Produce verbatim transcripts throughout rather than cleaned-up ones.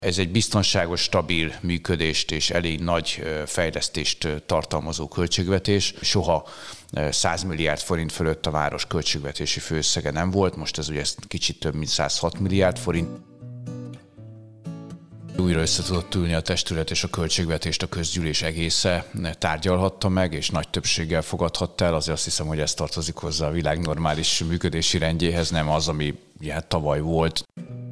Ez egy biztonságos, stabil működést és elég nagy fejlesztést tartalmazó költségvetés. Soha száz milliárd forint fölött a város költségvetési főösszege nem volt, most ez ugye kicsit több mint száz hat milliárd forint. Újra össze tudott ülni a testület és a költségvetést a közgyűlés egésze tárgyalhatta meg, és nagy többséggel fogadhatta el. Azért azt hiszem, hogy ez tartozik hozzá a világ normális működési rendjéhez, nem az, ami hát tavaly volt.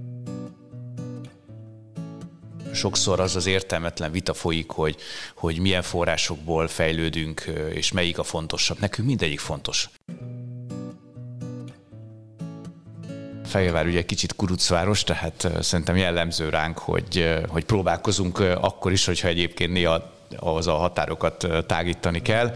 Sokszor az az értelmetlen vita folyik, hogy, hogy milyen forrásokból fejlődünk, és melyik a fontosabb. Nekünk mindegyik fontos. Fehérvár ugye kicsit kurucváros, tehát szerintem jellemző ránk, hogy, hogy próbálkozunk akkor is, hogyha egyébként néha ahhoz a határokat tágítani kell.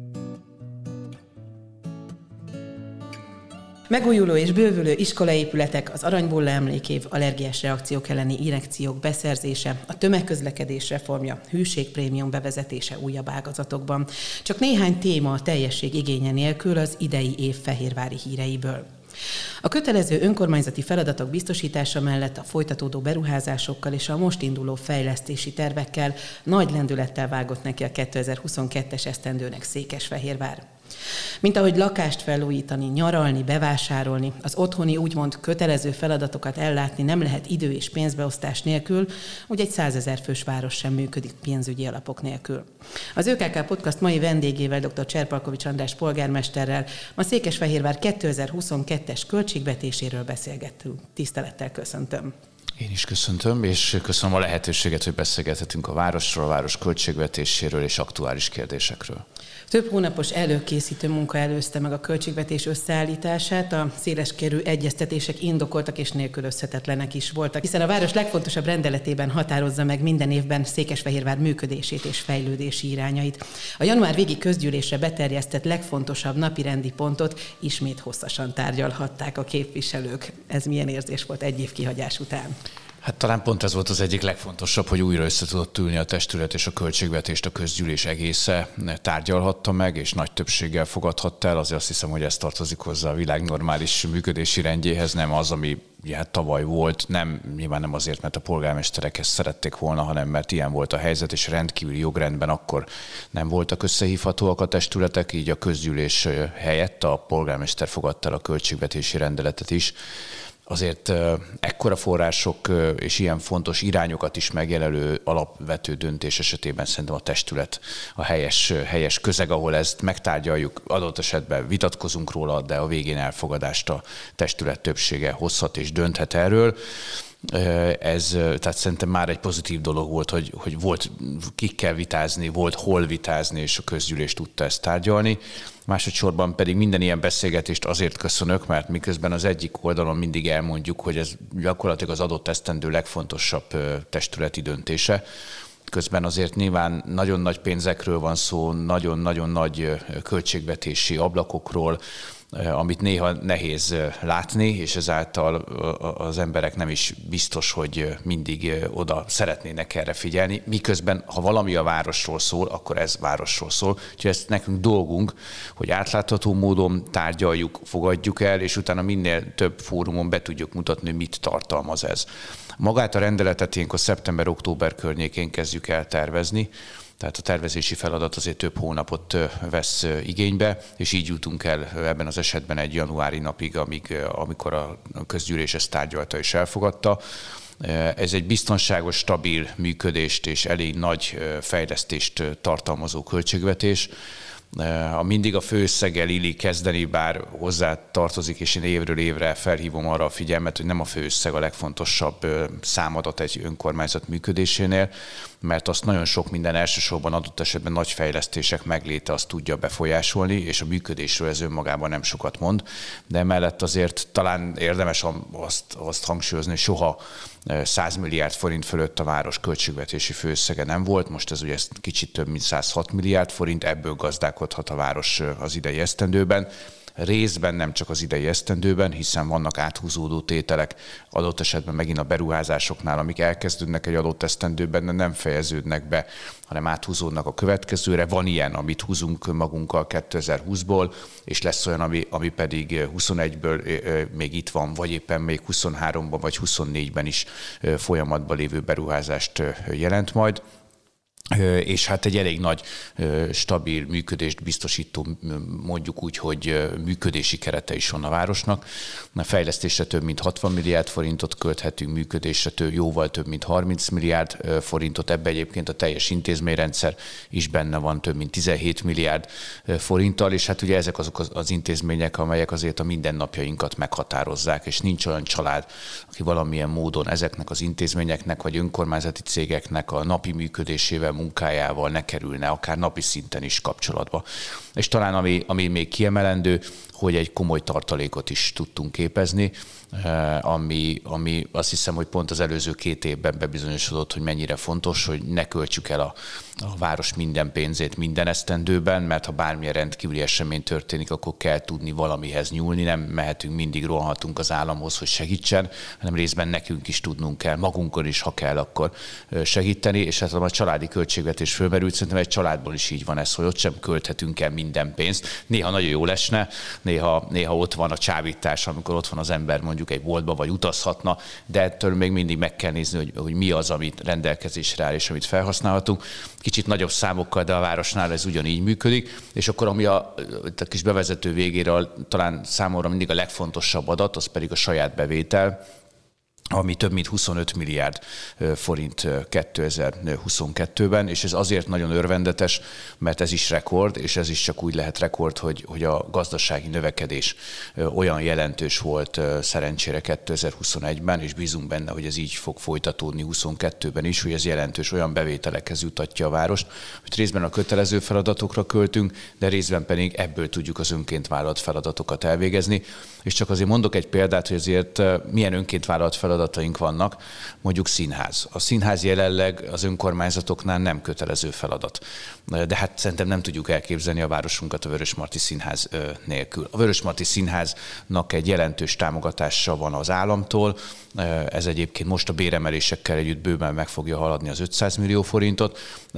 Megújuló és bővülő iskolaépületek, az Aranybulla emlékév, allergiás reakciók elleni injekciók beszerzése, a tömegközlekedés reformja, hűségprémium bevezetése újabb ágazatokban. Csak néhány téma a teljesség igénye nélkül az idei év fehérvári híreiből. A kötelező önkormányzati feladatok biztosítása mellett a folytatódó beruházásokkal és a most induló fejlesztési tervekkel nagy lendülettel vágott neki a kétezer-huszonkettes esztendőnek Székesfehérvár. Mint ahogy lakást felújítani, nyaralni, bevásárolni, az otthoni úgymond kötelező feladatokat ellátni nem lehet idő- és pénzbeosztás nélkül, úgy egy százezer fős város sem működik pénzügyi alapok nélkül. Az ÖKK Podcast mai vendégével, dr. Cserpalkovics András polgármesterrel ma Székesfehérvár kétezer-huszonkettes költségvetéséről beszélgettünk. Tisztelettel köszöntöm. Én is köszöntöm, és köszönöm a lehetőséget, hogy beszélgethetünk a városról, a város költségvetéséről és aktuális kérdésekről. Több hónapos előkészítő munka előzte meg a költségvetés összeállítását, a széleskörű egyeztetések indokoltak és nélkülözhetetlenek is voltak, hiszen a város legfontosabb rendeletében határozza meg minden évben Székesfehérvár működését és fejlődési irányait. A január végi közgyűlésre beterjesztett legfontosabb napirendi pontot ismét hosszasan tárgyalhatták a képviselők. Ez milyen érzés volt egy év kihagyás után? Hát talán pont ez volt az egyik legfontosabb, hogy újra össze tudott ülni a testület és a költségvetést a közgyűlés egésze tárgyalhatta meg, és nagy többséggel fogadhatta el. Azért azt hiszem, hogy ez tartozik hozzá a világ normális működési rendjéhez, nem az, ami hát tavaly volt, nem, nyilván nem azért, mert a polgármesterek ezt szerették volna, hanem mert ilyen volt a helyzet, és rendkívüli jogrendben akkor nem voltak összehívhatóak a testületek, így a közgyűlés helyett a polgármester fogadta el a költségvetési rendeletet is. Azért ekkora források és ilyen fontos irányokat is megjelölő alapvető döntés esetében szerintem a testület a helyes, helyes közeg, ahol ezt megtárgyaljuk, adott esetben vitatkozunk róla, de a végén elfogadást a testület többsége hozhat és dönthet erről. Ez, tehát szerintem már egy pozitív dolog volt, hogy, hogy volt kikkel vitázni, volt hol vitázni, és a közgyűlés tudta ezt tárgyalni. Másodszorban pedig minden ilyen beszélgetést azért köszönök, mert miközben az egyik oldalon mindig elmondjuk, hogy ez gyakorlatilag az adott esztendő legfontosabb testületi döntése. Közben azért nyilván nagyon nagy pénzekről van szó, nagyon-nagyon nagy költségvetési ablakokról, amit néha nehéz látni, és ezáltal az emberek nem is biztos, hogy mindig oda szeretnének erre figyelni. Miközben, ha valami a városról szól, akkor ez városról szól. Úgyhogy ez nekünk dolgunk, hogy átlátható módon tárgyaljuk, fogadjuk el, és utána minél több fórumon be tudjuk mutatni, hogy mit tartalmaz ez. Magát a rendeletet ilyenkor szeptember-október környékén kezdjük el tervezni, tehát a tervezési feladat azért több hónapot vesz igénybe, és így jutunk el ebben az esetben egy januári napig, amíg, amikor a közgyűlés ezt tárgyalta és elfogadta. Ez egy biztonságos, stabil működést és elég nagy fejlesztést tartalmazó költségvetés. A mindig a főösszeggel illik kezdeni, bár hozzá tartozik, és én évről évre felhívom arra a figyelmet, hogy nem a főösszeg a legfontosabb számadat egy önkormányzat működésénél, mert azt nagyon sok minden, elsősorban adott esetben nagy fejlesztések megléte azt tudja befolyásolni, és a működésről ez önmagában nem sokat mond, de emellett azért talán érdemes azt, azt hangsúlyozni, hogy soha száz milliárd forint fölött a város költségvetési főösszege nem volt, most ez ugye kicsit több mint száz hat milliárd forint, ebből gazdálkodhat a város az idei esztendőben. részben nem csak az idei esztendőben, hiszen vannak áthúzódó tételek, adott esetben megint a beruházásoknál, amik elkezdődnek egy adott esztendőben, de nem fejeződnek be, hanem áthúzódnak a következőre. Van ilyen, amit húzunk magunkkal kétezer-húszból, és lesz olyan, ami, ami pedig huszonegyből még itt van, vagy éppen még huszonháromban vagy huszonnégyben is folyamatban lévő beruházást jelent majd. És hát egy elég nagy, stabil működést biztosító, mondjuk úgy, hogy működési kerete is van a városnak. A fejlesztésre több mint hatvan milliárd forintot költhetünk, működésre több, jóval több mint harminc milliárd forintot. Ebbe egyébként a teljes intézményrendszer is benne van, több mint tizenhét milliárd forinttal, és hát ugye ezek azok az intézmények, amelyek azért a mindennapjainkat meghatározzák, és nincs olyan család, aki valamilyen módon ezeknek az intézményeknek vagy önkormányzati cégeknek a napi működésével, munkájával ne kerülne, akár napi szinten is kapcsolatba. És talán ami, ami még kiemelendő, hogy egy komoly tartalékot is tudtunk képezni, ami, ami azt hiszem, hogy pont az előző két évben bebizonyosodott, hogy mennyire fontos, hogy ne költsük el a, a város minden pénzét minden esztendőben, mert ha bármilyen rendkívüli esemény történik, akkor kell tudni valamihez nyúlni, nem mehetünk, mindig rohanhatunk az államhoz, hogy segítsen, hanem részben nekünk is tudnunk kell, magunkon is, ha kell, akkor segíteni, és hát a családi költségvetés fölmerült, szerintem egy családból is így van ez, hogy ott sem költhetünk el minden pénzt. Néha nagyon jó lesne, néha, néha ott van a csábítás, amikor ott van az ember mondjuk egy boltba, vagy utazhatna, de ettől még mindig meg kell nézni, hogy, hogy mi az, amit rendelkezésre áll, és amit felhasználhatunk. Kicsit nagyobb számokkal, de a városnál ez ugyanígy működik, és akkor ami a, a kis bevezető végére talán számomra mindig a legfontosabb adat, az pedig a saját bevétel, ami több mint huszonöt milliárd forint kétezer-huszonkettőben, és ez azért nagyon örvendetes, mert ez is rekord, és ez is csak úgy lehet rekord, hogy, hogy a gazdasági növekedés olyan jelentős volt szerencsére kétezer-huszonegyben, és bízunk benne, hogy ez így fog folytatódni huszonkettőben is, hogy ez jelentős olyan bevételekhez jutatja a várost, hogy részben a kötelező feladatokra költünk, de részben pedig ebből tudjuk az önként vállalt feladatokat elvégezni. És csak azért mondok egy példát, hogy azért milyen önként vállalt feladataink vannak, mondjuk színház. A színház jelenleg az önkormányzatoknál nem kötelező feladat. De hát szerintem nem tudjuk elképzelni a városunkat a Vörösmarty Színház nélkül. A Vörösmarty Színháznak egy jelentős támogatása van az államtól, ez egyébként most a béremelésekkel együtt bőven meg fogja haladni az ötszáz millió forintot,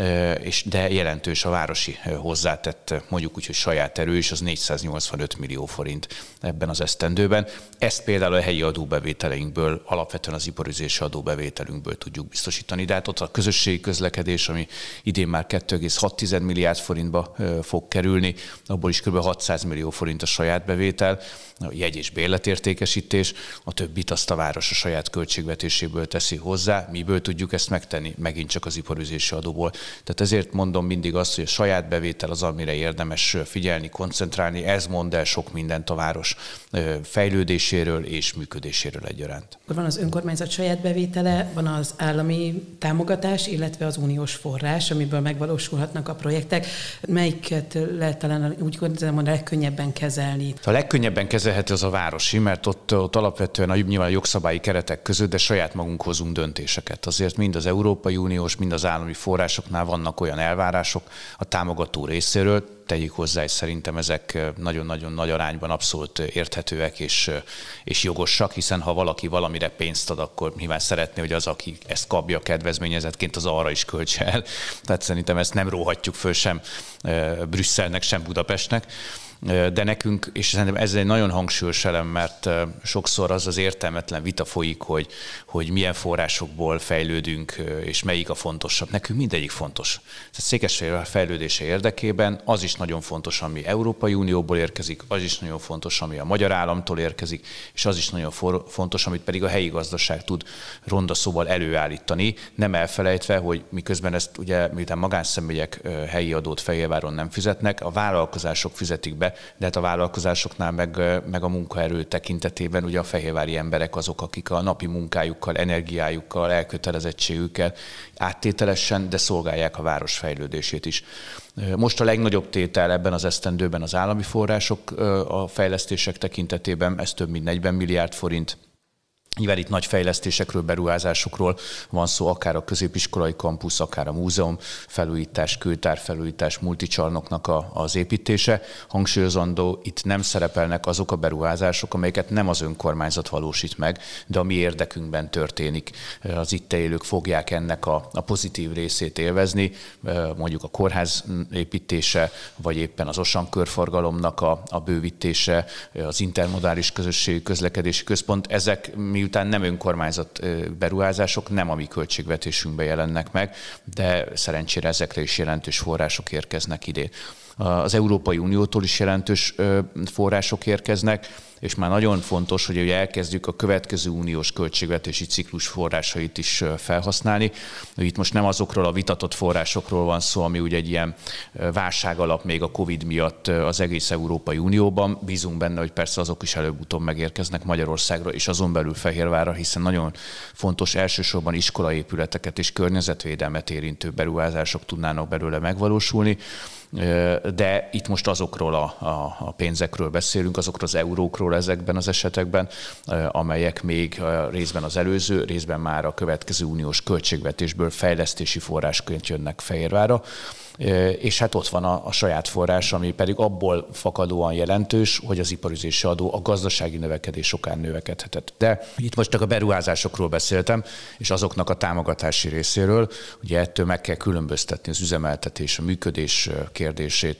és de jelentős a városi hozzátett, mondjuk úgy, hogy saját erő is, az négyszáznyolcvanöt millió forint ebben az esztendőben. Ezt például a helyi adóbevételeinkből, alapvetően az iparüzési adóbevételünkből tudjuk biztosítani, de hát ott a közösségi közlekedés, ami idén már kettő egész hat milliárd forintba fog kerülni, abból is kb. hatszáz millió forint a saját bevétel, a jegy- és bérletértékesítés, a többit azt a város a saját költségvetéséből teszi hozzá. Miből tudjuk ezt megtenni? Megint csak az iparüzési adóból. Tehát ezért mondom mindig azt, hogy a saját bevétel az, amire érdemes figyelni, koncentrálni. Ez mond el sok mindent a város fejlődéséről és működéséről egyaránt. Van az önkormányzat saját bevétele, van az állami támogatás, illetve az uniós forrás, amiből megvalósulhatnak a projektek. Melyiket lehet talán úgy gondolom, hogy legkönnyebben kezelni? A legkönnyebben kezelhető az a városi, mert ott, ott alapvetően a, nyilván a jogszabályi keretek között, de saját magunk hozunk döntéseket. Azért mind az Európai Uniós, mind az állami forrásoknál vannak olyan elvárások a támogató részéről, tegyük hozzá, és szerintem ezek nagyon-nagyon nagy arányban abszolút érthetőek és, és jogosak, hiszen ha valaki valamire pénzt ad, akkor nyilván szeretné, hogy az, aki ezt kapja kedvezményezetként, az arra is költse el. Tehát szerintem ezt nem róhatjuk föl sem Brüsszelnek, sem Budapestnek. De nekünk, és szerintem ez egy nagyon hangsúlyos elem, mert sokszor az az értelmetlen vita folyik, hogy, hogy milyen forrásokból fejlődünk, és melyik a fontosabb. Nekünk mindegyik fontos. Tehát Székesfehérvár fejlődése érdekében az is nagyon fontos, ami Európai Unióból érkezik, az is nagyon fontos, ami a magyar államtól érkezik, és az is nagyon for- fontos, amit pedig a helyi gazdaság tud ronda szóval előállítani, nem elfelejtve, hogy miközben ezt ugye, miután magánszemélyek helyi adót Fehérváron nem fizetnek, a vállalkozások fizetik be, de hát a vállalkozásoknál meg, meg a munkaerő tekintetében ugye a fehérvári emberek azok, akik a napi munkájukkal, energiájukkal, elkötelezettségükkel áttételesen, de szolgálják a város fejlődését is. Most a legnagyobb tétel ebben az esztendőben az állami források a fejlesztések tekintetében, ez több mint negyven milliárd forint. Nyilván itt nagy fejlesztésekről, beruházásokról van szó, akár a középiskolai kampusz, akár a múzeum felújítás, kőtár felújítás, multicsarnoknak a, az építése. Hangsúlyozandó, itt nem szerepelnek azok a beruházások, amelyeket nem az önkormányzat valósít meg, de a mi érdekünkben történik. Az itt élők fogják ennek a, a pozitív részét élvezni, mondjuk a kórház építése, vagy éppen az Osan körforgalomnak a, a bővítése, az intermodális közösségi közlekedési központ. Ezek miután nem önkormányzat beruházások, nem a mi költségvetésünkben jelennek meg, de szerencsére ezekre is jelentős források érkeznek idén. Az Európai Uniótól is jelentős források érkeznek, és már nagyon fontos, hogy elkezdjük a következő uniós költségvetési ciklus forrásait is felhasználni. Itt most nem azokról a vitatott forrásokról van szó, ami ugye egy ilyen válság alap még a Covid miatt az egész Európai Unióban. Bízunk benne, hogy persze azok is előbb-utóbb megérkeznek Magyarországra és azon belül Fehérvárra, hiszen nagyon fontos elsősorban iskolaépületeket és környezetvédelmet érintő beruházások tudnának belőle megvalósulni. De itt most azokról a, a, a pénzekről beszélünk, azokról az eurókról ezekben az esetekben, amelyek még részben az előző, részben már a következő uniós költségvetésből fejlesztési forrásként jönnek Fehérvárra. És hát ott van a, a saját forrás, ami pedig abból fakadóan jelentős, hogy az iparüzési adó a gazdasági növekedés okán növekedhetett. De itt most csak a beruházásokról beszéltem, és azoknak a támogatási részéről, ugye ettől meg kell különböztetni az üzemeltetés, a működés kérdését,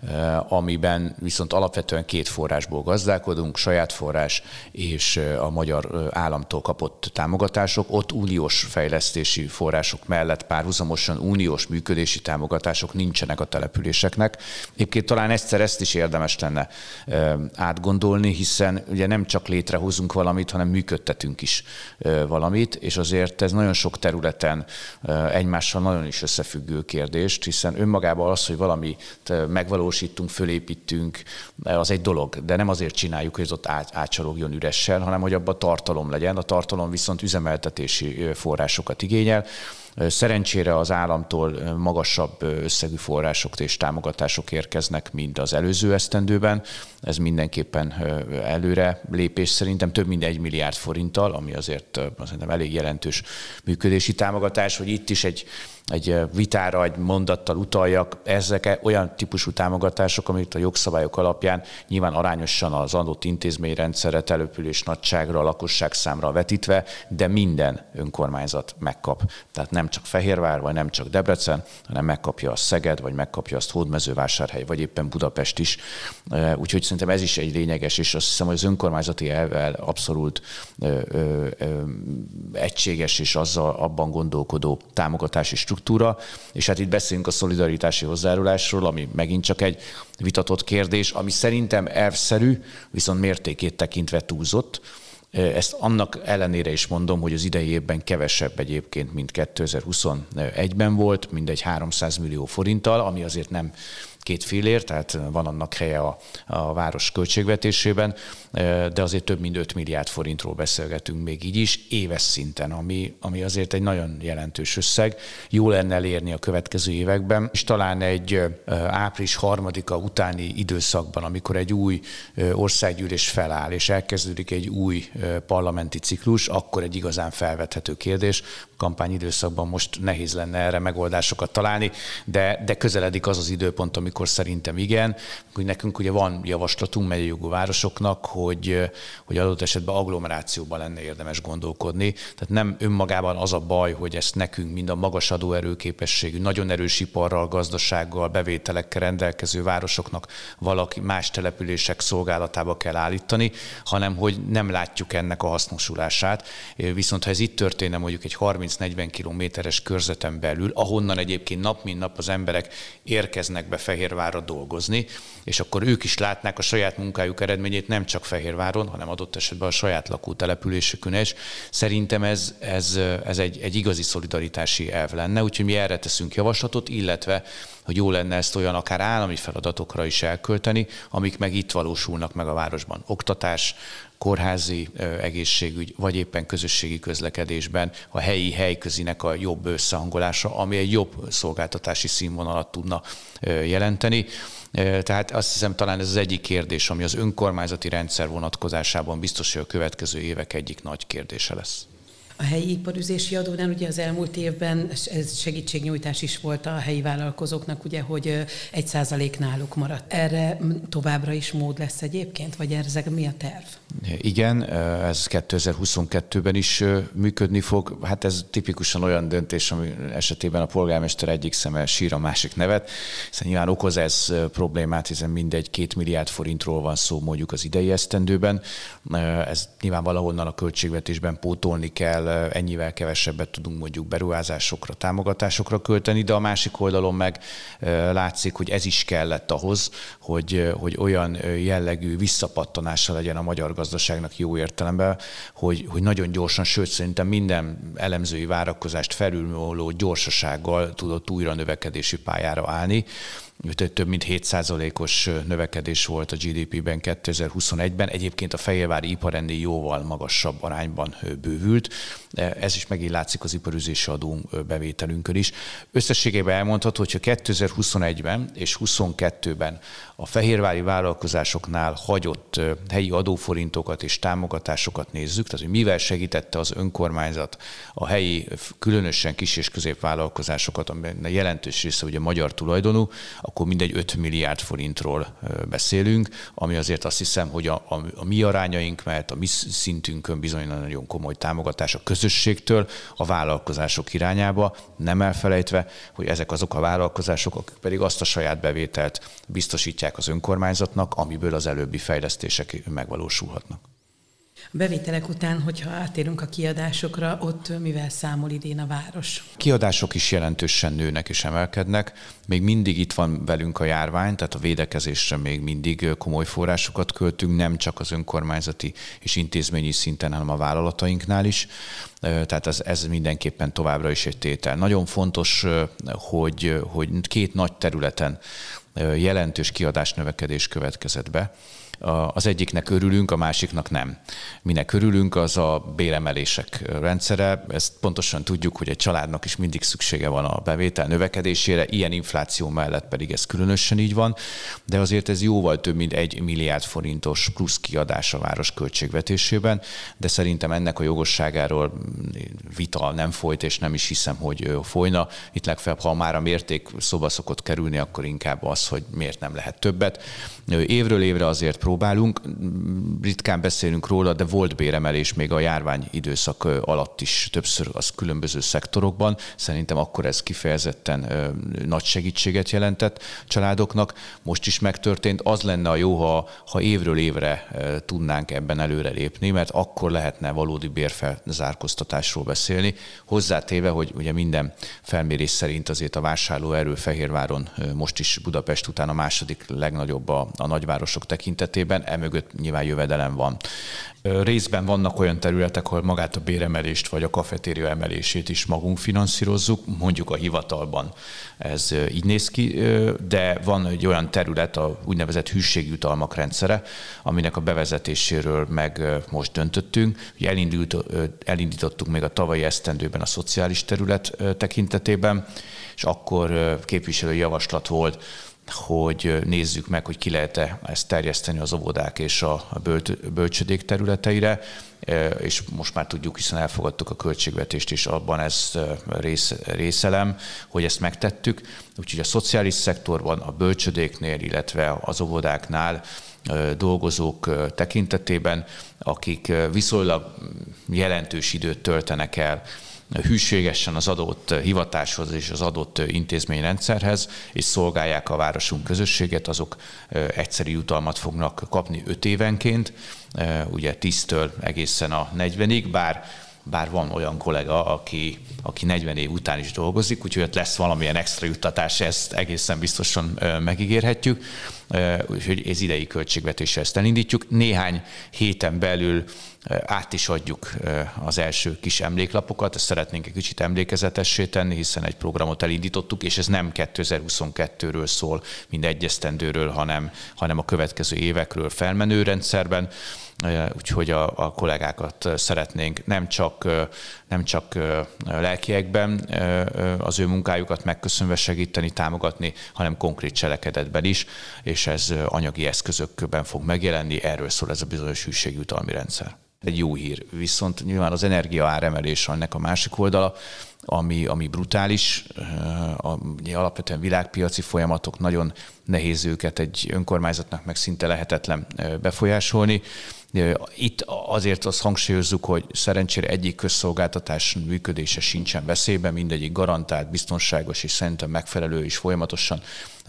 amiben viszont alapvetően két forrásból gazdálkodunk, saját forrás és a magyar államtól kapott támogatások. Ott uniós fejlesztési források mellett párhuzamosan uniós működési támogatások nincsenek a településeknek. Egyébként talán egyszer ezt is érdemes lenne átgondolni, hiszen ugye nem csak létrehozunk valamit, hanem működtetünk is valamit, és azért ez nagyon sok területen egymással nagyon is összefüggő kérdés, hiszen önmagában az, hogy valamit megvalósítunk, fölépítünk, az egy dolog, de nem azért csináljuk, hogy ez ott átcsalogjon üressel, hanem hogy abban tartalom legyen. A tartalom viszont üzemeltetési forrásokat igényel. Szerencsére az államtól magasabb összegű források és támogatások érkeznek, mint az előző esztendőben. Ez mindenképpen előre lépés, szerintem több mint egy milliárd forinttal, ami azért szerintem elég jelentős működési támogatás, hogy itt is egy egy vitára, egy mondattal utaljak, ezek olyan típusú támogatások, amit a jogszabályok alapján nyilván arányosan az adott intézményrendszerre, település nagyságra, lakosság számra vetítve, de minden önkormányzat megkap. Tehát nem csak Fehérvár, vagy nem csak Debrecen, hanem megkapja azt Szeged, vagy megkapja azt Hódmezővásárhely, vagy éppen Budapest is. Úgyhogy szerintem ez is egy lényeges, és azt hiszem, hogy az önkormányzati elvvel abszolút ö, ö, ö, egységes és azzal abban gondolkodó támogatási struktúra, és hát itt beszélünk a szolidaritási hozzájárulásról, ami megint csak egy vitatott kérdés, ami szerintem elvszerű, viszont mértékét tekintve túlzott. Ezt annak ellenére is mondom, hogy az idei évben kevesebb egyébként, mint kétezer-huszonegyben volt, mindegy háromszáz millió forinttal, ami azért nem két fillér, tehát van annak helye a, a város költségvetésében, de azért több mint öt milliárd forintról beszélgetünk még így is, éves szinten, ami, ami azért egy nagyon jelentős összeg. Jó lenne elérni a következő években, és talán egy április harmadika utáni időszakban, amikor egy új országgyűlés feláll, és elkezdődik egy új parlamenti ciklus, akkor egy igazán felvethető kérdés. Kampányidőszakban most nehéz lenne erre megoldásokat találni, de, de közeledik az az időpont, amikor szerintem igen, hogy nekünk ugye van javaslatunk megyei jogú városoknak, hogy, hogy adott esetben agglomerációban lenne érdemes gondolkodni. Tehát nem önmagában az a baj, hogy ezt nekünk mind a magas adóerőképességű, nagyon erős iparral, gazdasággal, bevételekkel rendelkező városoknak valaki más települések szolgálatába kell állítani, hanem hogy nem látjuk ennek a hasznosulását. Viszont ha ez itt történne mondjuk egy harminc-negyven kilométeres körzeten belül, ahonnan egyébként nap mint nap az emberek érkeznek be Fehérvárra dolgozni, és akkor ők is látnák a saját munkájuk eredményét nem csak Fehérváron, hanem adott esetben a saját lakótelepülésükön is. Szerintem ez, ez, ez egy, egy igazi szolidaritási elv lenne, úgyhogy mi erre teszünk javaslatot, illetve hogy jó lenne ezt olyan akár állami feladatokra is elkölteni, amik meg itt valósulnak meg a városban. Oktatás, kórházi egészségügy, vagy éppen közösségi közlekedésben a helyi helyközinek a jobb összehangolása, ami egy jobb szolgáltatási színvonalat tudna jelenteni. Tehát azt hiszem, talán ez az egyik kérdés, ami az önkormányzati rendszer vonatkozásában biztos, hogy a következő évek egyik nagy kérdése lesz. A helyi iparüzési adónál ugye az elmúlt évben ez segítségnyújtás is volt a helyi vállalkozóknak, ugye, hogy egy százalék náluk maradt. Erre továbbra is mód lesz egyébként, vagy ezek mi a terv? Igen, ez kétezer-huszonkettőben is működni fog. Hát ez tipikusan olyan döntés, ami esetében a polgármester egyik szeme sír, a másik nevet, hiszen nyilván okoz ez problémát, hiszen mindegy két milliárd forintról van szó mondjuk az idei esztendőben. Ez nyilván valahonnan a költségvetésben pótolni kell, ennyivel kevesebbet tudunk mondjuk beruházásokra, támogatásokra költeni, de a másik oldalon meg látszik, hogy ez is kellett ahhoz, hogy, hogy olyan jellegű visszapattanása legyen a magyar gazdaságnak jó értelemben, hogy, hogy nagyon gyorsan, sőt szerintem minden elemzői várakozást felülmúló gyorsasággal tudott újra növekedési pályára állni. Több mint hét százalékos növekedés volt a gé dé pében kétezer-huszonegyben. Egyébként a fehérvári iparennél jóval magasabb arányban bővült. Ez is megint látszik az iparüzési adó bevételünkön is. Összességében elmondható, hogyha kétezer-huszonegyben és huszonkettőben a fehérvári vállalkozásoknál hagyott helyi adóforintokat és támogatásokat nézzük, tehát hogy mivel segítette az önkormányzat a helyi, különösen kis és középvállalkozásokat, amelynek jelentős része ugye magyar tulajdonú, akkor mindegy öt milliárd forintról beszélünk, ami azért azt hiszem, hogy a, a, a mi arányaink, mert a mi szintünkön bizony nagyon komoly támogatás a közösségtől a vállalkozások irányába, nem elfelejtve, hogy ezek azok a vállalkozások, akik pedig azt a saját bevételt biztosítják az önkormányzatnak, amiből az előbbi fejlesztések megvalósulhatnak. A bevételek után, hogyha átérünk a kiadásokra, ott mivel számol idén a város? Kiadások is jelentősen nőnek és emelkednek. Még mindig itt van velünk a járvány, tehát a védekezésre még mindig komoly forrásokat költünk, nem csak az önkormányzati és intézményi szinten, hanem a vállalatainknál is. Tehát ez, ez mindenképpen továbbra is egy tétel. Nagyon fontos, hogy, hogy két nagy területen jelentős kiadásnövekedés következett be. Az egyiknek örülünk, a másiknak nem. Minek örülünk, az a béremelések rendszere. Ezt pontosan tudjuk, hogy egy családnak is mindig szüksége van a bevétel növekedésére, ilyen infláció mellett pedig ez különösen így van, de azért ez jóval több, mint egy milliárd forintos plusz kiadás a város költségvetésében, de szerintem ennek a jogosságáról vita nem folyt, és nem is hiszem, hogy folyna. Itt legfeljebb, ha már a mérték szóba szokott kerülni, akkor inkább az, hogy miért nem lehet többet. Évről évre azért próbálunk, ritkán beszélünk róla, de volt béremelés még a járvány időszak alatt is többször az különböző szektorokban. Szerintem akkor ez kifejezetten nagy segítséget jelentett családoknak. Most is megtörtént. Az lenne a jó, ha, ha évről évre tudnánk ebben előrelépni, mert akkor lehetne valódi bérfelzárkóztatásról beszélni. Hozzátéve, hogy ugye minden felmérés szerint azért a vásárlóerő Fehérváron most is Budapest után a második legnagyobb a, a nagyvárosok tekintetében, emögött nyilván jövedelem van. Részben vannak olyan területek, ahol magát a béremelést vagy a kafetéria emelését is magunk finanszírozzuk, mondjuk a hivatalban ez így néz ki, de van egy olyan terület, a úgynevezett hűségjutalmak rendszere, aminek a bevezetéséről meg most döntöttünk. Ugye elindult, elindítottuk még a tavalyi esztendőben a szociális terület tekintetében, és akkor képviselői javaslat volt, hogy nézzük meg, hogy ki lehet-e ezt terjeszteni az óvodák és a bölcsödék területeire, és most már tudjuk, hiszen elfogadtuk a költségvetést, és abban ez rész, részelem, hogy ezt megtettük. Úgyhogy a szociális szektorban, a bölcsödéknél, illetve az óvodáknál dolgozók tekintetében, akik viszonylag jelentős időt töltenek el hűségesen az adott hivatáshoz és az adott intézményrendszerhez, és szolgálják a városunk közösséget, azok egyszeri jutalmat fognak kapni öt évenként, ugye tíztől egészen a negyvenig, bár bár van olyan kollega, aki, aki negyven év után is dolgozik, úgyhogy ott lesz valamilyen extra juttatás, ezt egészen biztosan megígérhetjük. úgyhogy ez idei költségvetéssel ezt elindítjuk. Néhány héten belül át is adjuk az első kis emléklapokat, ezt szeretnénk egy kicsit emlékezetessé tenni, hiszen egy programot elindítottuk, és ez nem kétezer-huszonkettőről szól, mint egy esztendőről, hanem, hanem a következő évekről felmenő rendszerben. Úgyhogy a, a kollégákat szeretnénk nem csak, nem csak lelkiekben az ő munkájukat megköszönve segíteni, támogatni, hanem konkrét cselekedetben is, és ez anyagi eszközökben fog megjelenni, erről szól ez a bizonyos hűségjutalmi rendszer. Egy jó hír, viszont nyilván az energia áremelés ennek a másik oldala, ami, ami brutális, alapvetően világpiaci folyamatok, nagyon nehéz őket egy önkormányzatnak meg szinte lehetetlen befolyásolni. Itt azért azt hangsúlyozzuk, hogy szerencsére egyik közszolgáltatás működése sincsen veszélyben, mindegyik garantált, biztonságos és szerintem megfelelő és folyamatosan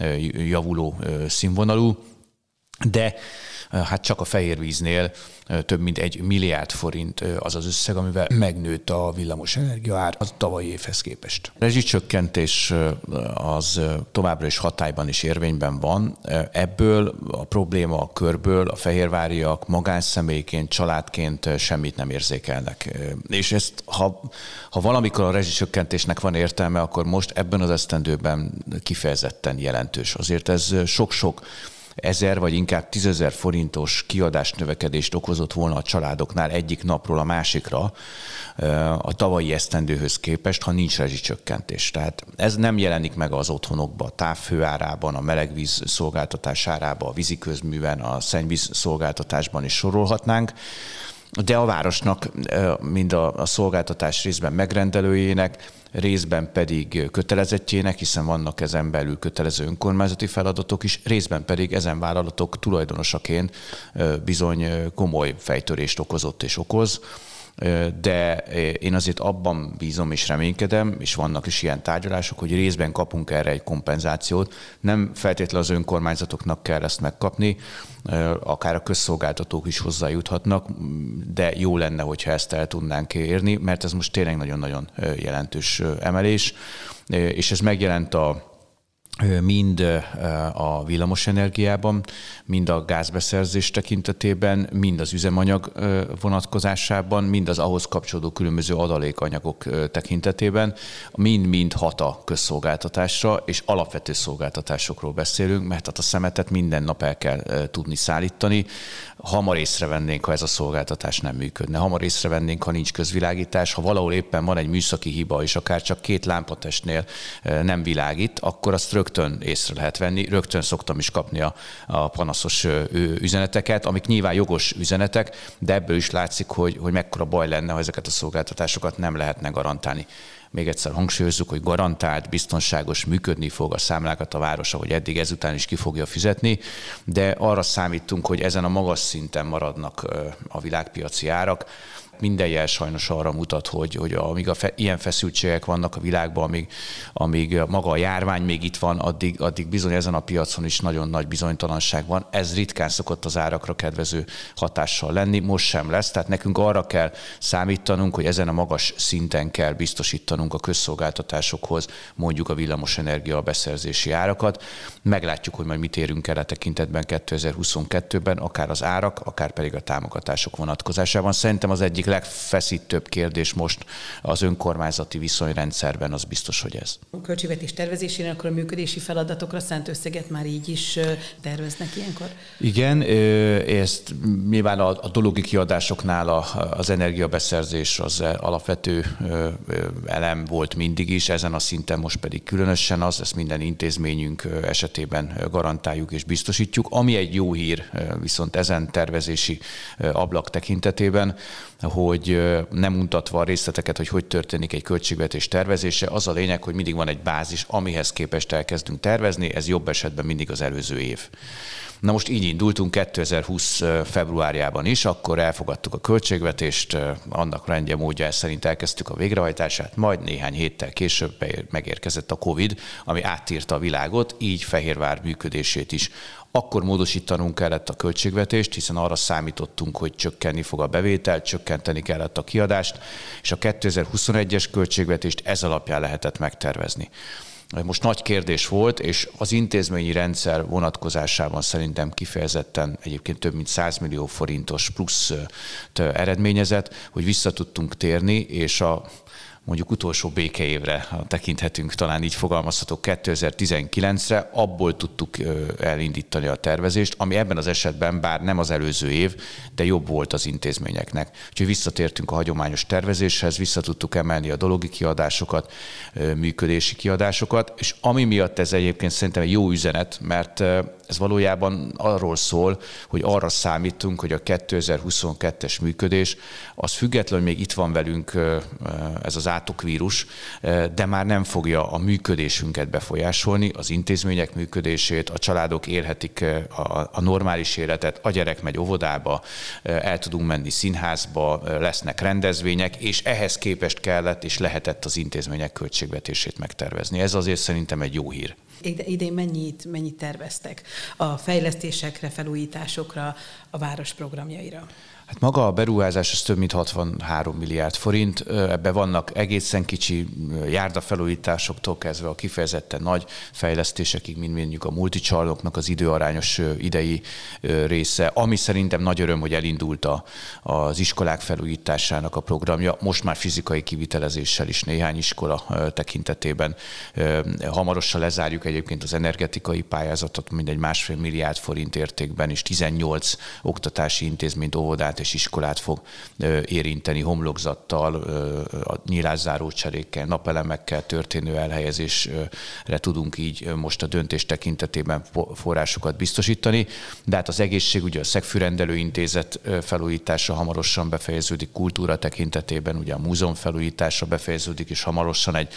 javuló színvonalú, de hát csak a fehérvíznél több mint egy milliárd forint az az összeg, amivel megnőtt a villamosenergia ár a tavalyi évhez képest. A rezsicsökkentés az továbbra is hatályban és érvényben van. Ebből a probléma a körből a fehérváriak magánszemélyként, családként semmit nem érzékelnek. És ezt, ha, ha valamikor a rezsicsökkentésnek van értelme, akkor most ebben az esztendőben kifejezetten jelentős. Azért ez sok-sok ezer vagy inkább tízezer forintos kiadás növekedést okozott volna a családoknál egyik napról a másikra a tavalyi esztendőhöz képest, ha nincs rezsicsökkentés. Tehát ez nem jelenik meg az otthonokban, a távhőárában, a melegvíz szolgáltatás árában, a víziközműben, a szennyvíz szolgáltatásban is sorolhatnánk. De a városnak, mind a szolgáltatás részben megrendelőjének, részben pedig kötelezettjének, hiszen vannak ezen belül kötelező önkormányzati feladatok is, részben pedig ezen vállalatok tulajdonosaként bizony komoly fejtörést okozott és okoz. De én azért abban bízom és reménykedem, és vannak is ilyen tárgyalások, hogy részben kapunk erre egy kompenzációt. Nem feltétlenül az önkormányzatoknak kell ezt megkapni, akár a közszolgáltatók is hozzájuthatnak, de jó lenne, hogyha ezt el tudnánk érni, mert ez most tényleg nagyon-nagyon jelentős emelés, és ez megjelent a mind a villamosenergiában, mind a gázbeszerzés tekintetében, mind az üzemanyag vonatkozásában, mind az ahhoz kapcsolódó különböző adalékanyagok tekintetében, mind-mind hat a közszolgáltatásra, és alapvető szolgáltatásokról beszélünk, mert hát a szemetet minden nap el kell tudni szállítani. Hamar észrevennénk, ha ez a szolgáltatás nem működne. Hamar észrevennénk, ha nincs közvilágítás, ha valahol éppen van egy műszaki hiba, és akár csak két lámpatestnél nem világít, akkor azt rögtön észre lehet venni. Rögtön szoktam is kapni a, a panaszos üzeneteket, amik nyilván jogos üzenetek, de ebből is látszik, hogy, hogy mekkora baj lenne, ha ezeket a szolgáltatásokat nem lehetne garantálni. Még egyszer hangsúlyozzuk, hogy garantált, biztonságos, működni fog a számlákat a város, ahogy eddig, ezután is ki fogja fizetni, de arra számítunk, hogy ezen a magas szinten maradnak a világpiaci árak. Minden jel sajnos arra mutat, hogy, hogy amíg a fe, ilyen feszültségek vannak a világban, amíg, amíg maga a járvány még itt van, addig, addig bizony ezen a piacon is nagyon nagy bizonytalanság van. Ez ritkán szokott az árakra kedvező hatással lenni, most sem lesz. Tehát nekünk arra kell számítanunk, hogy ezen a magas szinten kell biztosítanunk a közszolgáltatásokhoz mondjuk a villamosenergia beszerzési árakat. Meglátjuk, hogy majd mit érünk el a tekintetben kétezer-huszonkettőben, akár az árak, akár pedig a támogatások vonatkozásában. Szerintem az egyik legfeszítőbb kérdés most az önkormányzati viszonyrendszerben, az biztos, hogy ez. A költségvetés tervezésére akkor a működési feladatokra szánt összeget már így is terveznek ilyenkor? Igen, ezt nyilván a, a dologi kiadásoknál az energiabeszerzés az alapvető elem volt mindig is, ezen a szinten most pedig különösen az, ezt minden intézményünk esetében garantáljuk és biztosítjuk. Ami egy jó hír viszont ezen tervezési ablak tekintetében, hogy nem mutatva a részleteket, hogy hogy történik egy költségvetés tervezése, az a lényeg, hogy mindig van egy bázis, amihez képest elkezdünk tervezni, ez jobb esetben mindig az előző év. Na most így indultunk kétezer-húsz februárjában is, akkor elfogadtuk a költségvetést, annak rendje módja szerint elkezdtük a végrehajtását, majd néhány héttel később megérkezett a Covid, ami átírta a világot, így Fehérvár működését is. Akkor módosítanunk kellett a költségvetést, hiszen arra számítottunk, hogy csökkenni fog a bevétel, csökkenteni kellett a kiadást, és a kétezer-huszonegyes költségvetést ez alapján lehetett megtervezni. most nagy kérdés volt, és az intézményi rendszer vonatkozásában szerintem kifejezetten egyébként több mint száz millió forintos plusz eredményezett, hogy vissza tudtunk térni, és a mondjuk utolsó békeévre tekinthetünk, talán így fogalmazhatok, kétezer-tizenkilencre, abból tudtuk elindítani a tervezést, ami ebben az esetben bár nem az előző év, de jobb volt az intézményeknek. Úgyhogy visszatértünk a hagyományos tervezéshez, vissza tudtuk emelni a dologi kiadásokat, működési kiadásokat, és ami miatt ez egyébként szerintem egy jó üzenet, mert ez valójában arról szól, hogy arra számítunk, hogy a kétezer-huszonkettes működés, az függetlenül még itt van velünk ez az átokvírus, de már nem fogja a működésünket befolyásolni, az intézmények működését, a családok élhetik a, a normális életet, a gyerek megy óvodába, el tudunk menni színházba, lesznek rendezvények, és ehhez képest kellett és lehetett az intézmények költségvetését megtervezni. Ez azért szerintem egy jó hír. Idén mennyit, mennyit terveztek a fejlesztésekre, felújításokra, a város programjaira? Hát maga a beruházás az több mint hatvanhárom milliárd forint, ebben vannak egészen kicsi járdafelújításoktól kezdve a kifejezetten nagy fejlesztésekig, mint mondjuk a multicsarnoknak az időarányos idei része, ami szerintem nagy öröm, hogy elindult az iskolák felújításának a programja, most már fizikai kivitelezéssel is néhány iskola tekintetében. Hamarosan lezárjuk egyébként az energetikai pályázatot, mindegy másfél milliárd forint értékben, és tizennyolc oktatási intézményt, óvodát és iskolát fog érinteni homlokzattal, a nyílászáró cserékkel, napelemekkel történő elhelyezésre tudunk így most a döntés tekintetében forrásokat biztosítani. De hát az egészségügy, a szegfűrendelő intézet felújítása hamarosan befejeződik, kultúra tekintetében ugye a múzeum felújítása befejeződik, és hamarosan egy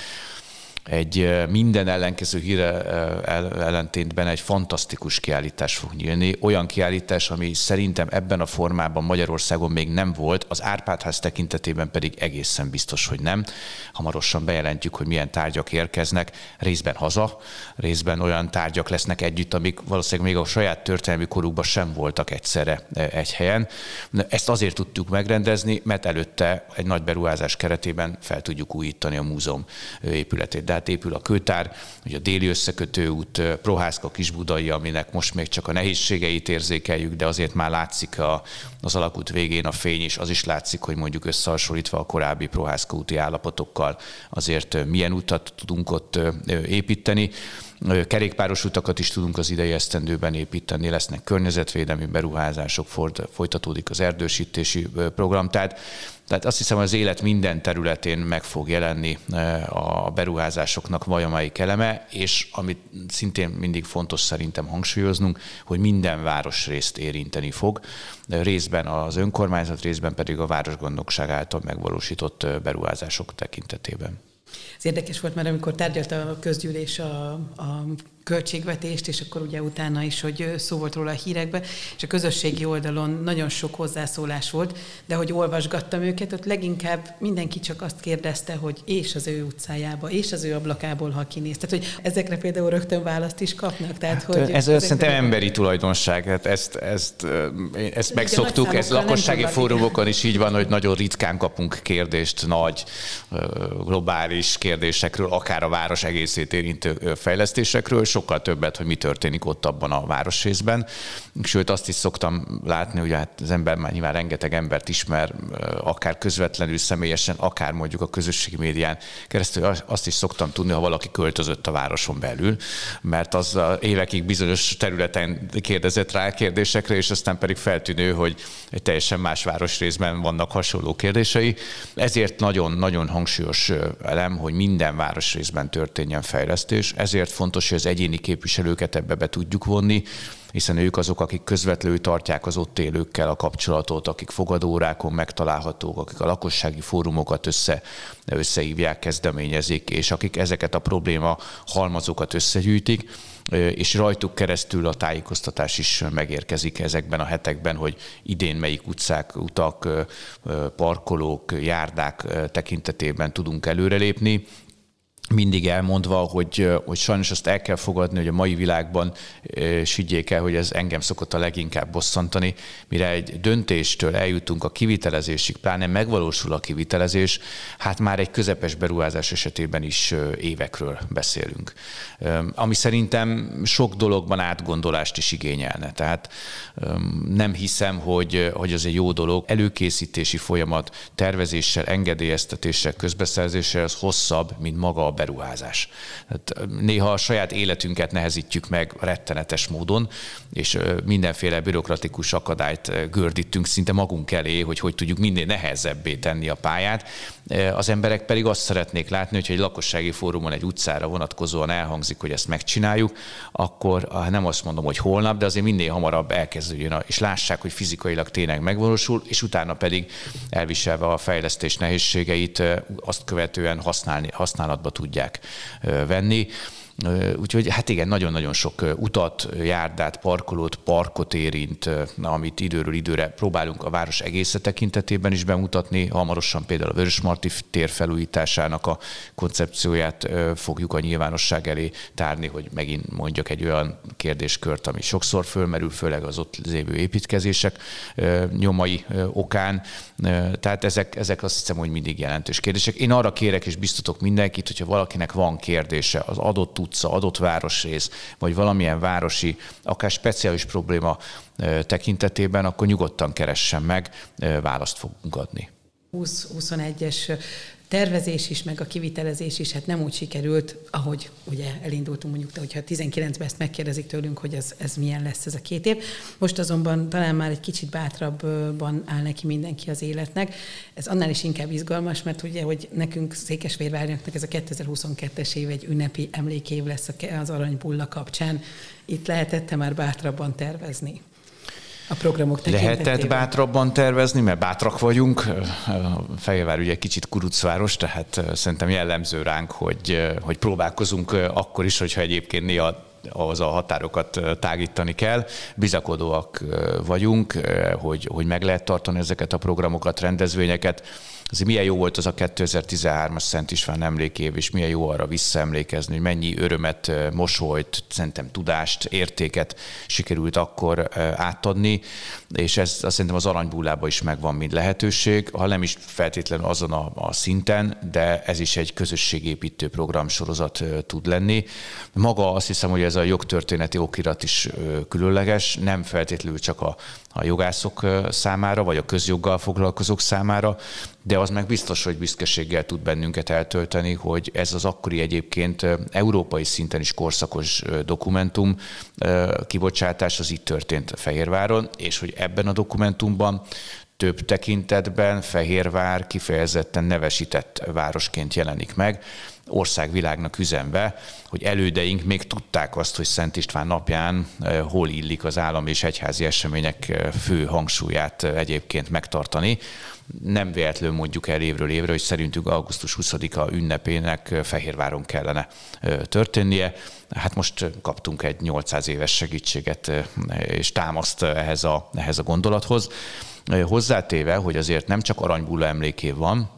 Egy minden ellenkező híre ellentétben egy fantasztikus kiállítás fog nyílni. Olyan kiállítás, ami szerintem ebben a formában Magyarországon még nem volt, az Árpád-ház tekintetében pedig egészen biztos, hogy nem. Hamarosan bejelentjük, hogy milyen tárgyak érkeznek, részben haza, részben olyan tárgyak lesznek együtt, amik valószínűleg még a saját történelmi korukban sem voltak egyszerre egy helyen. Ezt azért tudtuk megrendezni, mert előtte egy nagy beruházás keretében fel tudjuk újítani a múzeum épületét. De hát épül a kőtár, ugye a déli összekötőút, Prohászka, Kisbudai, aminek most még csak a nehézségeit érzékeljük, de azért már látszik a, az alagút végén a fény, és az is látszik, hogy mondjuk összehasonlítva a korábbi Prohászka úti állapotokkal azért milyen utat tudunk ott építeni. Kerékpáros utakat is tudunk az idei esztendőben építeni, lesznek környezetvédelmi beruházások, folytatódik az erdősítési program. Tehát, tehát azt hiszem, hogy az élet minden területén meg fog jelenni a beruházásoknak valamelyik eleme, és amit szintén mindig fontos szerintem hangsúlyoznunk, hogy minden városrészt érinteni fog, részben az önkormányzat, részben pedig a városgondnokság által megvalósított beruházások tekintetében. Ez érdekes volt, mert amikor tárgyalta a közgyűlés a, a költségvetést, és akkor ugye utána is, hogy szó volt róla a hírekben, és a közösségi oldalon nagyon sok hozzászólás volt, de hogy olvasgattam őket, ott leginkább mindenki csak azt kérdezte, hogy és az ő utcájába, és az ő ablakából, ha kinéz. Tehát, hogy ezekre például rögtön választ is kapnak. Tehát, hát, hogy ez szerintem emberi tulajdonság, hát ezt, ezt, ezt megszoktuk, ez lakossági fórumokon is így van, hogy nagyon ritkán kapunk kérdést nagy globális kérdésekről, akár a város egészét érintő fejlesztésekről, sokkal többet, hogy mi történik ott abban a városrészben. Sőt, azt is szoktam látni, hogy hát az ember már nyilván rengeteg embert ismer, akár közvetlenül, személyesen, akár mondjuk a közösségi médián keresztül. Azt is szoktam tudni, ha valaki költözött a városon belül, mert az évekig bizonyos területen kérdezett rá kérdésekre, és aztán pedig feltűnő, hogy egy teljesen más városrészben vannak hasonló kérdései. Ezért nagyon-nagyon hangsúlyos elem, hogy minden városrészben történjen fejlesztés. Ezért fontos, hogy az egyéni képviselőket ebbe be tudjuk vonni, hiszen ők azok, akik közvetlenül tartják az ott élőkkel a kapcsolatot, akik fogadóórákon megtalálhatók, akik a lakossági fórumokat össze, összehívják, kezdeményezik, és akik ezeket a probléma halmazokat összegyűjtik, és rajtuk keresztül a tájékoztatás is megérkezik ezekben a hetekben, hogy idén melyik utcák, utak, parkolók, járdák tekintetében tudunk előrelépni. mindig elmondva, hogy, hogy sajnos azt el kell fogadni, hogy a mai világban s higgyék el, hogy ez engem szokott a leginkább bosszantani, mire egy döntéstől eljutunk a kivitelezésig, pláne megvalósul a kivitelezés, hát már egy közepes beruházás esetében is évekről beszélünk. Ami szerintem sok dologban átgondolást is igényelne. Tehát nem hiszem, hogy, hogy az egy jó dolog. Előkészítési folyamat, tervezéssel, engedélyeztetéssel, közbeszerzéssel az hosszabb, mint maga a beruházás. Hát néha a saját életünket nehezítjük meg rettenetes módon, és mindenféle bürokratikus akadályt gördítünk szinte magunk elé, hogy hogy tudjuk minél nehezebbé tenni a pályát. Az emberek pedig azt szeretnék látni, hogyha egy lakossági fórumon egy utcára vonatkozóan elhangzik, hogy ezt megcsináljuk, akkor nem azt mondom, hogy holnap, de azért minél hamarabb elkezdődjön, és lássák, hogy fizikailag tényleg megvalósul, és utána pedig elviselve a fejlesztés nehézségeit azt követően használni, használatba tudják venni. Úgyhogy hát igen, nagyon-nagyon sok utat, járdát, parkolót, parkot érint, amit időről időre próbálunk a város egésze tekintetében is bemutatni. Hamarosan például a Vörösmarty tér felújításának a koncepcióját fogjuk a nyilvánosság elé tárni, hogy megint mondjak egy olyan kérdéskört, ami sokszor fölmerül, főleg az ott lévő építkezések nyomai okán. Tehát ezek, ezek azt hiszem, hogy mindig jelentős kérdések. Én arra kérek és biztatok mindenkit, hogyha valakinek van kérdése az adott utca, adott városrész, vagy valamilyen városi, akár speciális probléma tekintetében, akkor nyugodtan keressen meg, választ fogunk adni. húsz-huszonegyes tervezés is, meg a kivitelezés is, hát nem úgy sikerült, ahogy ugye elindultunk mondjuk, de hogyha tizenkilencben ezt megkérdezik tőlünk, hogy ez, ez milyen lesz ez a két év. Most azonban talán már egy kicsit bátrabban áll neki mindenki az életnek. Ez annál is inkább izgalmas, mert ugye, hogy nekünk Székesfehérvárnak ez a kétezer-huszonkettes év egy ünnepi emlékév lesz az Arany Bulla kapcsán. Itt lehetett már bátrabban tervezni a programok tekintetében? Lehetett bátrabban tervezni, mert bátrak vagyunk. Fehérvár ugye egy kicsit kurucváros, tehát szerintem jellemző ránk, hogy, hogy próbálkozunk akkor is, hogyha egyébként néha ahhoz a határokat tágítani kell. Bizakodóak vagyunk, hogy, hogy meg lehet tartani ezeket a programokat, rendezvényeket. Azért milyen jó volt az a kétezer-tizenhármas Szent István emlékév, és milyen jó arra visszaemlékezni, hogy mennyi örömet, mosolyt, szerintem tudást, értéket sikerült akkor átadni, és ez azt szerintem az Arany Bullában is megvan, mint lehetőség, ha nem is feltétlenül azon a, a szinten, de ez is egy közösségépítő programsorozat tud lenni. Maga azt hiszem, hogy ez a jogtörténeti okirat is különleges, nem feltétlenül csak a, a jogászok számára, vagy a közjoggal foglalkozók számára, de az meg biztos, hogy büszkeséggel tud bennünket eltölteni, hogy ez az akkori egyébként európai szinten is korszakos dokumentum kibocsátás az itt történt Fehérváron, és hogy ebben a dokumentumban több tekintetben Fehérvár kifejezetten nevesített városként jelenik meg, országvilágnak üzenve, hogy elődeink még tudták azt, hogy Szent István napján hol illik az állami és egyházi események fő hangsúlyát egyébként megtartani. Nem véletlenül mondjuk el évről évre, hogy szerintünk augusztus huszadika ünnepének Fehérváron kellene történnie. Hát most kaptunk egy nyolcszáz éves segítséget és támaszt ehhez a, ehhez a gondolathoz. Hozzátéve, hogy azért nem csak Arany Bulla emlékév van,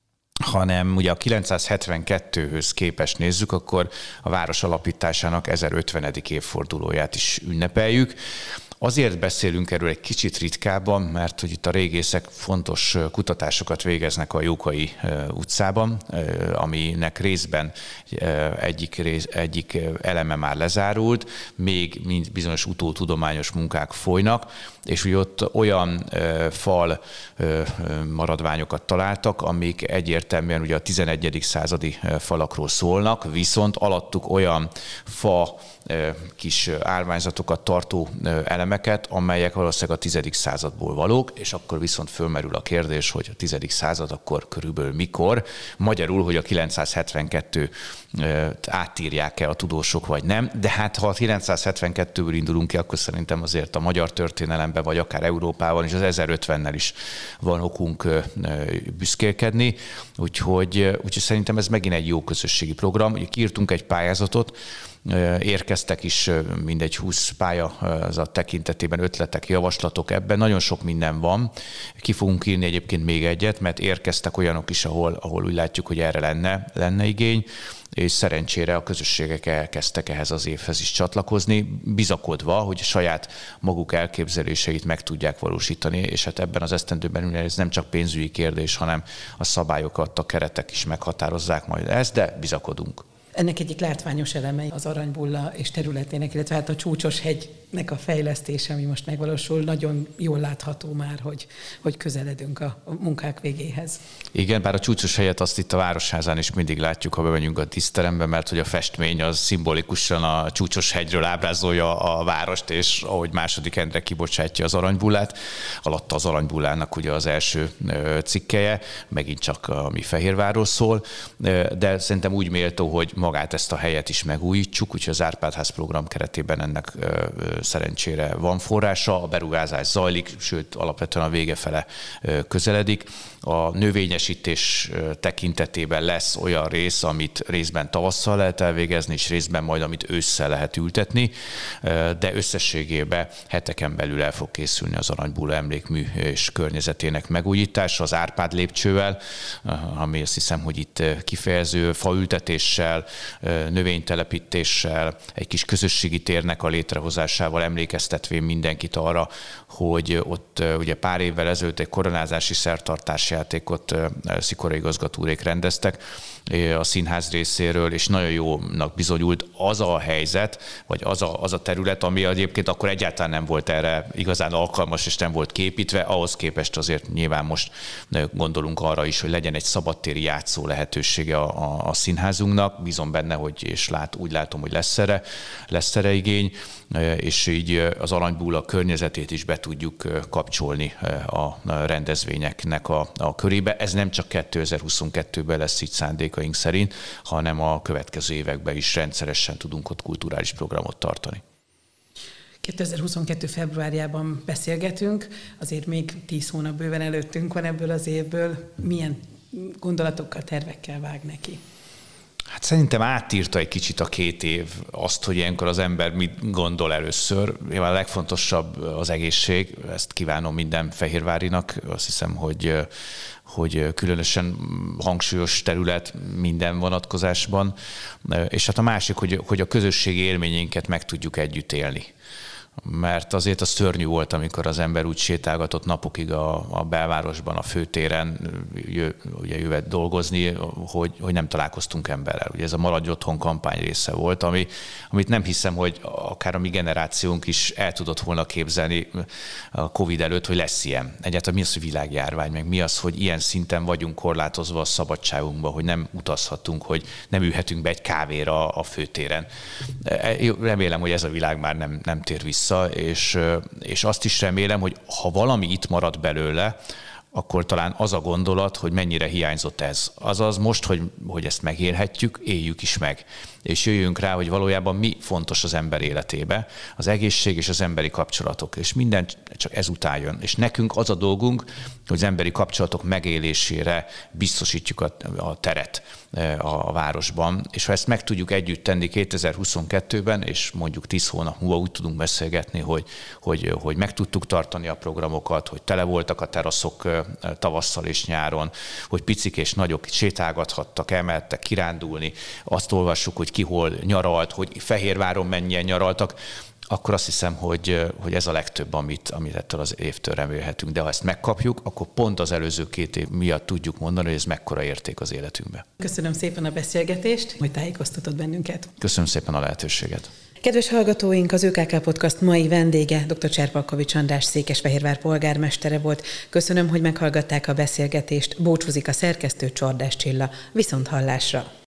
hanem ugye a kilencszázhetvenkettőhöz képest nézzük, akkor a város alapításának ezerötvenedik évfordulóját is ünnepeljük. Azért beszélünk erről egy kicsit ritkábban, mert hogy itt a régészek fontos kutatásokat végeznek a Jókai utcában, aminek részben egyik, rész, egyik eleme már lezárult, még mind bizonyos utótudományos munkák folynak, és úgy ott olyan fal maradványokat találtak, amik egyértelműen ugye a tizenegyedik századi falakról szólnak, viszont alattuk olyan fa kis állványzatokat tartó elemeket, amelyek valószínűleg a tizedik századból valók, és akkor viszont fölmerül a kérdés, hogy a tizedik század akkor körülbelül mikor, magyarul, hogy a kilencszázhetvenkettő átírják-e a tudósok, vagy nem, de hát ha a kilencszázhetvenkettőből indulunk ki, akkor szerintem azért a magyar történelemben, vagy akár Európában és az ezerötvennel is van okunk büszkélkedni, úgyhogy, úgyhogy szerintem ez megint egy jó közösségi program. Kiírtunk egy pályázatot, érkeztek is mindegy húsz pályázat tekintetében ötletek, javaslatok, ebben nagyon sok minden van. Ki fogunk írni egyébként még egyet, mert érkeztek olyanok is, ahol, ahol úgy látjuk, hogy erre lenne, lenne igény, és szerencsére a közösségek elkezdtek ehhez az évhez is csatlakozni, bizakodva, hogy a saját maguk elképzeléseit meg tudják valósítani, és hát ebben az esztendőben ez nem csak pénzügyi kérdés, hanem a szabályokat, a keretek is meghatározzák majd ezt, de bizakodunk. Ennek egyik látványos eleme az Aranybulla és területének, illetve hát a Csúcsos hegynek a fejlesztése, ami most megvalósul, nagyon jól látható már, hogy, hogy közeledünk a munkák végéhez. Igen, bár a Csúcsos helyet azt itt a Városházán is mindig látjuk, ha bemegyünk a díszterembe, mert hogy a festmény az szimbolikusan a Csúcsos hegyről ábrázolja a várost, és ahogy második Endre kibocsátja az Aranybullát, alatta az Aranybullának ugye az első cikkelye, megint csak a mi Fehérvárról szól, de szerintem úgy méltó, hogy magát ezt a helyet is megújítsuk, úgyhogy az Árpád-ház program keretében ennek ö, ö, szerencsére van forrása, a beruházás zajlik, sőt alapvetően a vége fele ö, közeledik. A növényesítés tekintetében lesz olyan rész, amit részben tavasszal lehet elvégezni, és részben majd, amit ősszel lehet ültetni, de összességében heteken belül el fog készülni az Aranybulla emlékmű és környezetének megújítása az Árpád lépcsővel, ami azt hiszem, hogy itt kifejező faültetéssel, növénytelepítéssel, egy kis közösségi térnek a létrehozásával emlékeztetvén mindenkit arra, hogy ott ugye pár évvel ezelőtt egy koronázási szertartásjátékot Szikora igazgatórék rendeztek a színház részéről, és nagyon jónak bizonyult az a helyzet, vagy az a, az a terület, ami egyébként akkor egyáltalán nem volt erre igazán alkalmas, és nem volt képítve, ahhoz képest azért nyilván most gondolunk arra is, hogy legyen egy szabadtéri játszó lehetősége a, a, a színházunknak. Bízom benne, hogy és lát, úgy látom, hogy lesz erre, lesz erre igény, és így az Aranybulla környezetét is be tudjuk kapcsolni a rendezvényeknek a, a körébe. Ez nem csak kétezer-huszonkettőben lesz így szándékaink szerint, hanem a következő években is rendszeresen tudunk ott kulturális programot tartani. kétezer-huszonkettő februárjában beszélgetünk, azért még tíz hónap bőven előttünk van ebből az évből. Milyen gondolatokkal, tervekkel vág neki? Hát szerintem átírta egy kicsit a két év azt, hogy ilyenkor az ember mit gondol először. Nyilván a legfontosabb az egészség, ezt kívánom minden fehérvárinak. Azt hiszem, hogy, hogy különösen hangsúlyos terület minden vonatkozásban. És hát a másik, hogy, hogy a közösségi élményeinket meg tudjuk együtt élni. Mert azért az szörnyű volt, amikor az ember úgy sétálgatott napokig a, a belvárosban, a főtéren, jö, ugye jövet dolgozni, hogy, hogy nem találkoztunk emberrel. Ugye ez a Maradj Otthon kampány része volt, ami, amit nem hiszem, hogy akár a mi generációnk is el tudott volna képzelni a Covid előtt, hogy lesz ilyen. Egyáltalán mi az, hogy világjárvány, meg mi az, hogy ilyen szinten vagyunk korlátozva a szabadságunkba, hogy nem utazhatunk, hogy nem ülhetünk be egy kávéra a főtéren. Remélem, hogy ez a világ már nem, nem tér vissza. És, és azt is remélem, hogy ha valami itt marad belőle, akkor talán az a gondolat, hogy mennyire hiányzott ez. Azaz most, hogy, hogy ezt megélhetjük, éljük is meg. És jöjjünk rá, hogy valójában mi fontos az ember életébe, az egészség és az emberi kapcsolatok. És minden csak ezután jön. És nekünk az a dolgunk, hogy az emberi kapcsolatok megélésére biztosítjuk a, a teret a városban. És ha ezt meg tudjuk együtt tenni kétezer-huszonkettőben, és mondjuk tíz hónap múlva úgy tudunk beszélgetni, hogy, hogy, hogy meg tudtuk tartani a programokat, hogy tele voltak a teraszok tavasszal és nyáron, hogy picik és nagyok sétálgathattak, elmehettek kirándulni, azt olvassuk, hogy ki hol nyaralt, hogy Fehérváron mennyien nyaraltak, akkor azt hiszem, hogy, hogy ez a legtöbb, amit, amit ettől az évtől remélhetünk. De ha ezt megkapjuk, akkor pont az előző két év miatt tudjuk mondani, hogy ez mekkora érték az életünkben. Köszönöm szépen a beszélgetést, hogy tájékoztatod bennünket. Köszönöm szépen a lehetőséget. Kedves hallgatóink, az ÖKK Podcast mai vendége dr. Cserpalkovics András Székesfehérvár polgármestere volt. Köszönöm, hogy meghallgatták a beszélgetést. Búcsúzik a szerkesztő, Csordás Csilla. Viszont hallásra!